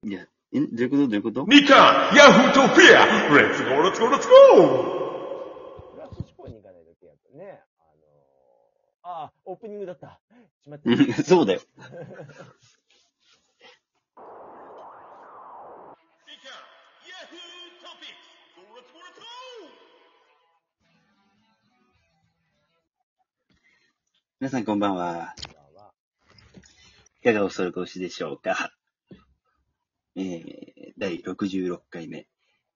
いや、どういうことどういうことみかんヤフートピアレッツゴーレッツゴーレッツゴープラス1ポイントに行かないと契約ね。オープニングだった。しまってうんそうだよ。 みかんヤフートピックスゴーレッツゴーレッツゴ皆さんこんばんは。 こんばんは。 いかがお過ごしでしょうか。第66回目。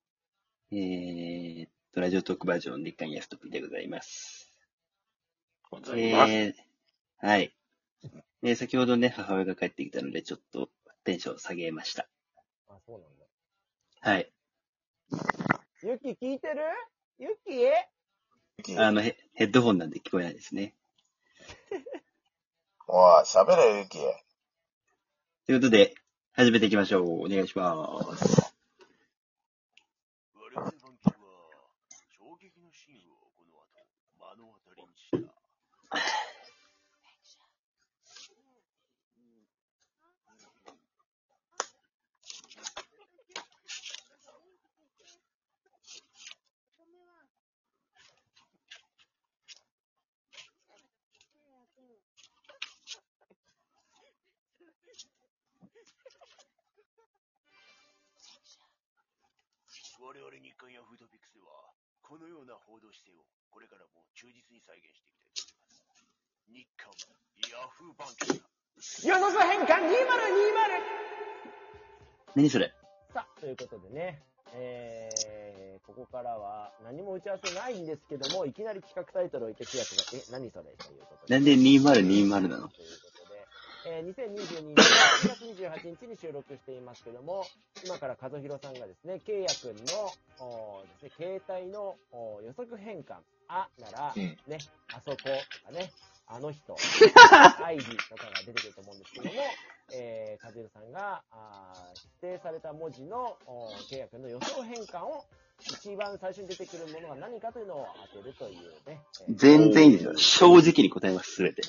ラジオトークバージョン日刊ヤフトピでございます。 ございます。 はい。先ほどね、母親が帰ってきたので、ちょっとテンション下げました。 あ、そうなんだ。 はい。 ゆき聞いてる？ゆき？ ヘッドホンなんで聞こえないですね。 おい、喋れ、ゆき。 ということで、始めていきましょう。お願いします。 我々番組は衝撃のシーンをこの後目の当たりにした。我々日刊ヤフートピックスではこのような報道姿勢をこれからも忠実に再現していきたいと思います。日刊ヤフー番組。 予測変換2020。 何それ？ さあ、ということでね、ここからは何も打ち合わせないんですけども、いきなり企画タイトルを言って契約が、何それということで。 なんで2020なの？ ということで、2022年1月28日に収録していますけども、今から和弘さんがですね、ケイヤ君のですね、携帯の予測変換、あなら、ね、あそことかね、あの人、アイディとかが出てくると思うんですけども、和弘さんが指定された文字のケイヤ君の予想変換を一番最初に出てくるものは何かというのを当てるというね。 全然いいですよ。正直に答えます、すべて。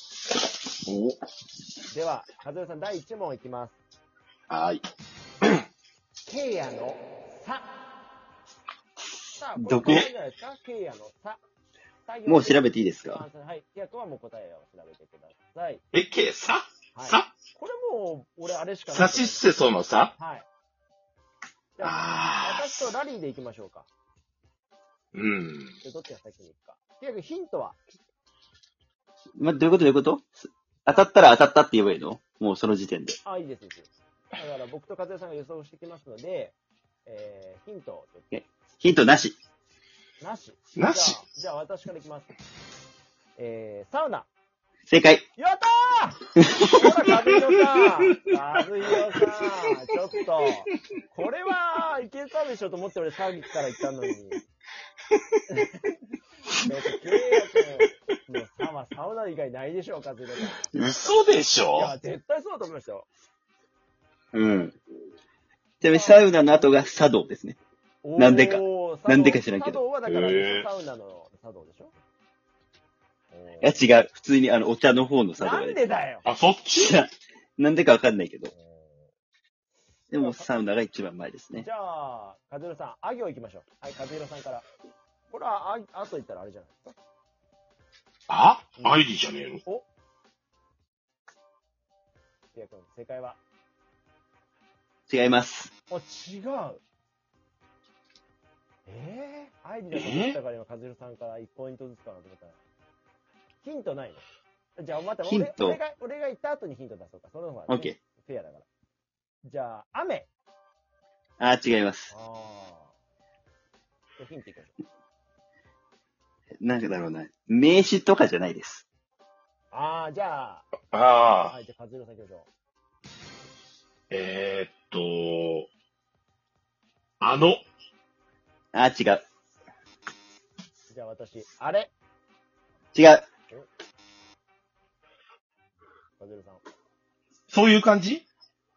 では、和代さん第1問いきます。 はい。 ケイヤのさ。さあ、 どここれじゃないですか？ケイヤのさ。 もう調べていいですか？ はい。ケイヤ君はもう答えを調べてください。 さはい。 さこれもう、俺あれしかない。 さしすせそのさはい。じゃあ、私とラリーでいきましょうか。で、どっちが先に行くか。ケイヤ君、ヒントは？ どういうこと当たったら当たったって言えばいいの？もうその時点で。 いいです。だから僕と和代さんが予想してきますので、ヒントを。 ヒントなし。 なし。 なし。 じゃあ私からいきます。サウナ。 正解。 やったーほら、和弘さん、ちょっと、これはいけたでしょと思って俺さっきから言ったのに。契約の差はサウナ以外ないでしょ、和弘さん。 嘘でしいょや、絶対そうだと思いましたよ。 うん。ちなみにサウナの後が茶道ですね。なんでか知らんけど。 茶道はだから、サウナの茶道でしょ？ いや違う。普通にお茶の方の茶道なんでだよ。 あ、そっち？ いや、なんでかわかんないけど。でもサウナが一番前ですねじ。ゃあ、和弘さん、あ行行きましょう。はい、和弘さんから。これは、あと言ったらあれじゃないですか。 アイディじゃねえの？ おケイヤ君、正解は？ 違います。 違う。アイディだと思ったから今、和弘さんから1ポイントずつかなと思ったら。ヒントないの？じゃあ、待って、 ヒント俺が言った後にヒント出そうか。その方が、ね、 オッケフェアだから。じゃあ、雨。 ー。違います。 じゃあヒントいきましょう。 なんだろうな。名詞とかじゃないです。 じゃあ。はい、じゃあ、和弘さん行きましょう。 違う。 じゃあ私、あれ。 違う。 和弘さん。 そういう感じ？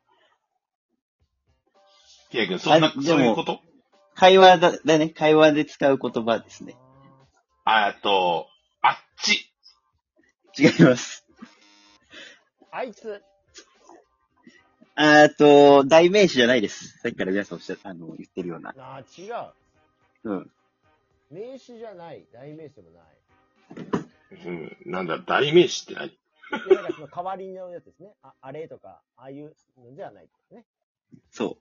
いやけど、そういうこと？ 会話だね。会話で使う言葉ですね。 あっち。 違います。 あいつ。 代名詞じゃないです。さっきから皆さん言ってるような。 あー、違う。 うん。 名詞じゃない。代名詞でもない。 うん。なんだ、代名詞って何？ いや、なんかその代わりのやつですね。あれとか、ああいうのじゃないですね。 そう。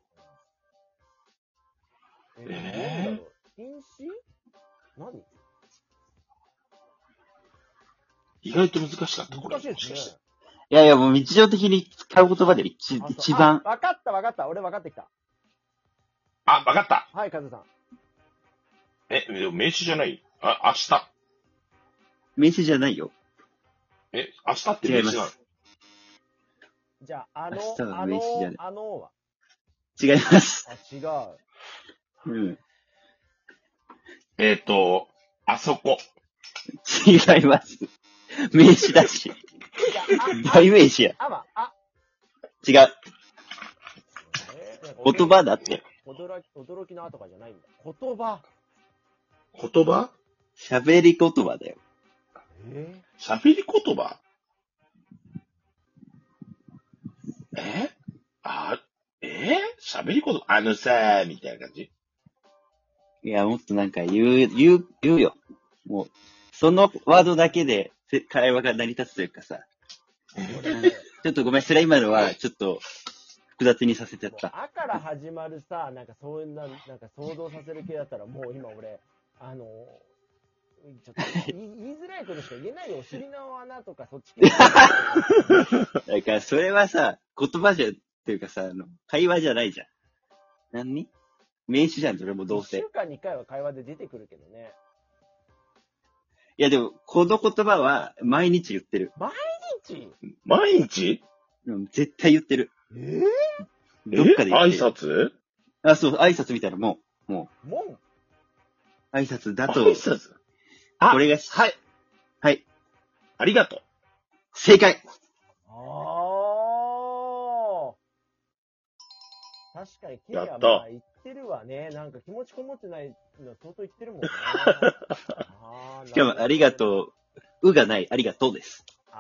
なんだろう。品詞？何？ 意外と難しかった。 難しいですね。 いやいや、もう日常的に使う言葉で一番。 わかった。俺わかってきた。 あ、わかった。 はい、カズさん。 でも名詞じゃない？明日。 名詞じゃないよ。 明日って名詞なの？ じゃあ、 明日は名詞じゃない。 は違います。 あ、違う。 うん。 あそこ。 違います。名詞だし。代名詞や。違う。言葉だって。 驚きのあとかじゃないんだ。言葉。 言葉？ 喋り言葉だよ。 喋り言葉？喋り言葉？さー、みたいな感じ？ いや、もっとなんか言うよ。もう、そのワードだけで会話が成り立つというかさ。ちょっとごめん、それ今のはちょっと複雑にさせちゃった。 あから始まるさ、なんかそういうなんか想像させる系だったらもう今俺、ちょっと言いづらいことしか言えないよ。お尻の穴とかそっち系。 だからそれはさ、言葉じゃ、っていうかさ、会話じゃないじゃん。何？名詞じゃん、それもどうせ。 1週間に1回は会話で出てくるけどね。 いやでも、この言葉は毎日言ってる。 毎日？ うん、絶対言ってる。どっかで言ってる。 挨拶？ あ、そう、挨拶みたいなもん。挨拶だと。 挨拶？ これが、 はい。 はい。 ありがとう。 正解。 確かに、ケイはまあ言ってるわね。なんか気持ちこもってないの相当言ってるもんね。 しかも、ありがとう。うがない、ありがとうです。 じ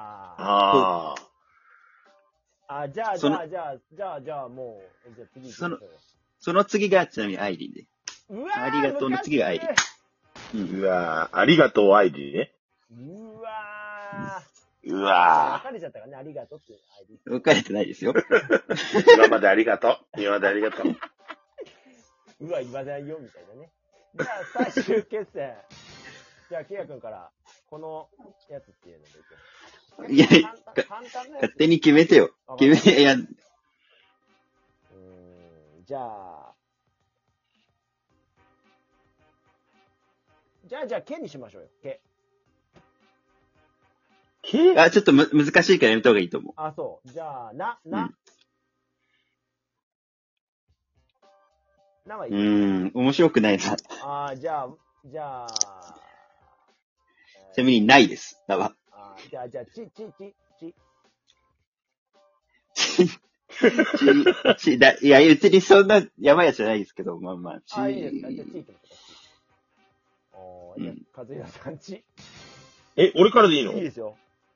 ゃあもう、じゃあ次行きましょうよ。 その次がちなみにアイリンで。ありがとうの次がアイリン。 うわー、ありがとうアイリンね。 分かれちゃったからね、ありがとうってアイリン。 分かれてないですよ。 今までありがとう。今までありがとう。 言わないよ、みたいなね。じゃあ、最終決戦。じゃあ、ケイヤ君から、このやつっていうのでいきます。 いや、勝手に決めてよ。いや。 じゃあ、ケにしましょうよ。ケ。 ちょっと難しいからやめた方がいいと思う。 あ、そう。じゃあ、なはいい。 面白くないな。 じゃあ、 ちなみにないです。なは。 じゃあ、ち。 いや、別にそんなやばいやつじゃないですけど、まあ。 いいですか。じゃあ、ちってことか。じゃあ、和弘さん、ち。 俺からでいいの？ いいですよ。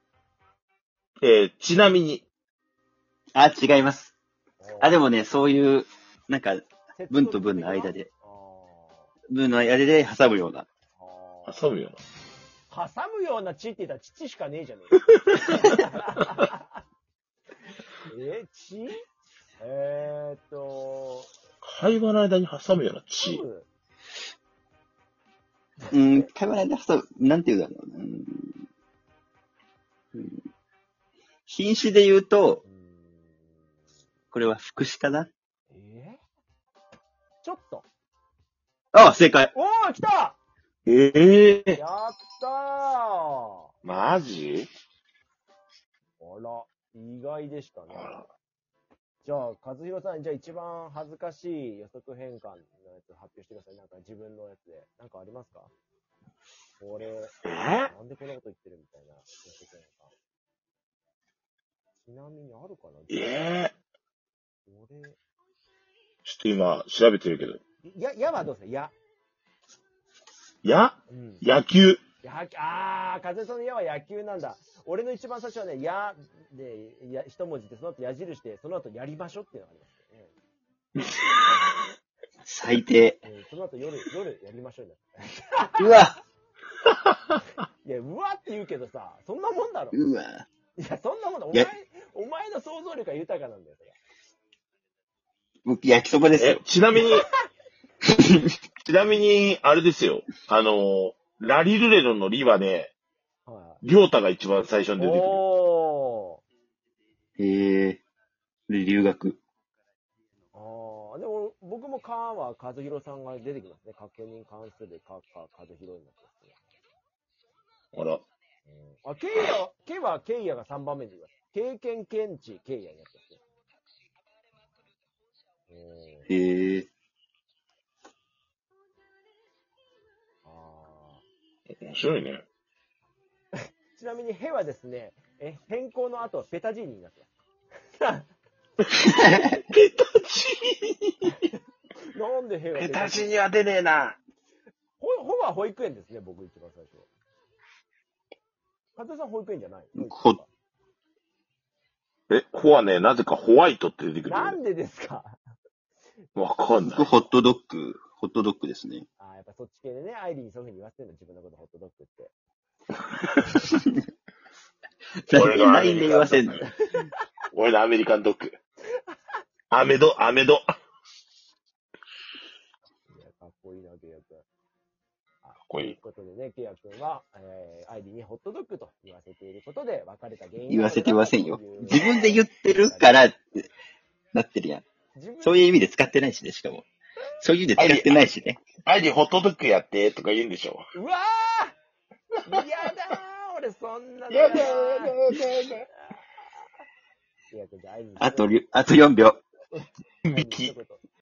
ちなみに。 違います。でもね、そういう、なんか、文と文の間で。文の間で挟むような。 挟むような。挟むようなちって言ったら父しかねえじゃねえ。ち？ 会話の間に挟むようなち。 会話の間に挟む、なんて言うんだろうな。品種で言うと、これは副詞かな？ ちょっと。 正解。 来た！やったー！ マジ？ 意外でしたね。じゃあ、和弘さん、一番恥ずかしい予測変換のやつ発表してください。なんか自分のやつで。なんかありますか？なんでこんなこと言ってるみたいな予測変換。ちなみにあるかな？ ちょっと今、調べてるけど。 やはどうですか？ 野球。 風さんの矢は野球なんだ。俺の一番最初はね、矢で、一文字で、その後矢印で、その後やりましょうっていうのがあります、ね。 最低。 その後夜やりましょうね。 うわいや、うわって言うけどさ、そんなもんだろ。 うわいや、そんなもんだ。 いやお前の想像力が豊かなんだよ、それ。 僕、焼きそばですよ。 ちなみに、あれですよ。ラリルレロのリはね、りょうたが一番最初に出てくる。 おで、留学。 でも、僕もカーは和弘さんが出てきますね。確認関する和弘になってますね。 あら。 ケイはケイヤが3番目にいます。経験検知ケイヤになってますね。 面白いね。 ちなみに、ヘはですね、変更の後、ペタジーニになってます。 ペタジなんでヘがーニ。ペタジーニは出ねえな。 ホは保育園ですね、僕一番最初。加藤さん保育園じゃない？ ホはね、なぜかホワイトって出てくる、ね。 なんでですか？ わかんない。 僕、ホットドッグですね。 やっぱそっち系でね、アイリーにそういう風に言わせてるの、自分のことホットドッグって。 俺のラインで言わせんの。 俺のアメリカンドッグ。アメド。いや、 かっこいいな、ケイヤ君。 かっこいい。 ということでね、ケイヤ君は、アイリーにホットドッグと言わせていることで、別れた原因。 言わせてませんよ。自分で言ってるからって、なってるやん。そういう意味で使ってないしね、しかも。そういう意味で使ってないしね。 アイリーホットドッグやってとか言うんでしょ。 うわーやだー俺そんなのやだーあと4秒。 ミキ。